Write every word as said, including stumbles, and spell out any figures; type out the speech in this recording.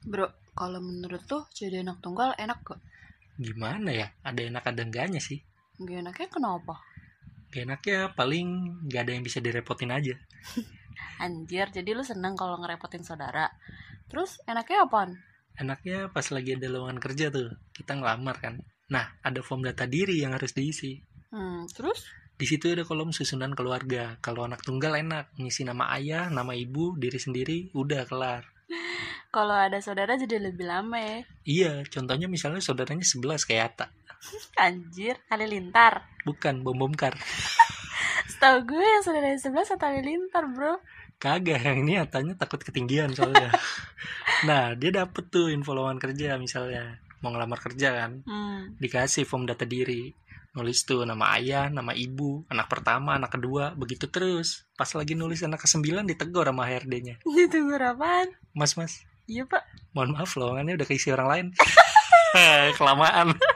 Bro, kalau menurut tuh jadi anak tunggal enak gak? Gimana ya? Ada enak ada enggaknya sih. Gak enaknya kenapa? Gak enaknya paling gak ada yang bisa direpotin aja. Anjir, jadi lu seneng kalau ngerepotin saudara. Terus enaknya apaan? Enaknya pas lagi ada lowongan kerja tuh, kita ngelamar kan. Nah, ada form data diri yang harus diisi. Hmm, terus? Di situ ada kolom susunan keluarga. Kalau anak tunggal enak, ngisi nama ayah, nama ibu, diri sendiri, udah kelar. Kalau ada saudara jadi lebih lama ya. Iya, contohnya misalnya saudaranya sebelas kayak Ata. Anjir, halilintar. Bukan, bom-bomkar. Setahu gue yang saudara yang sebelah satu halilintar, bro. Kagak, yang ini Atanya takut ketinggian soalnya. Nah, dia dapet tuh info lowongan kerja misalnya. Mau ngelamar kerja kan. Hmm. Dikasih form data diri. Nulis tuh nama ayah, nama ibu, anak pertama, anak kedua, begitu terus. Pas lagi nulis anak kesembilan ditegur sama H R D-nya. Ditunggu apaan? Mas, mas, Iya, Pak. mohon maaf lowongannya udah keisi orang lain. Kelamaan.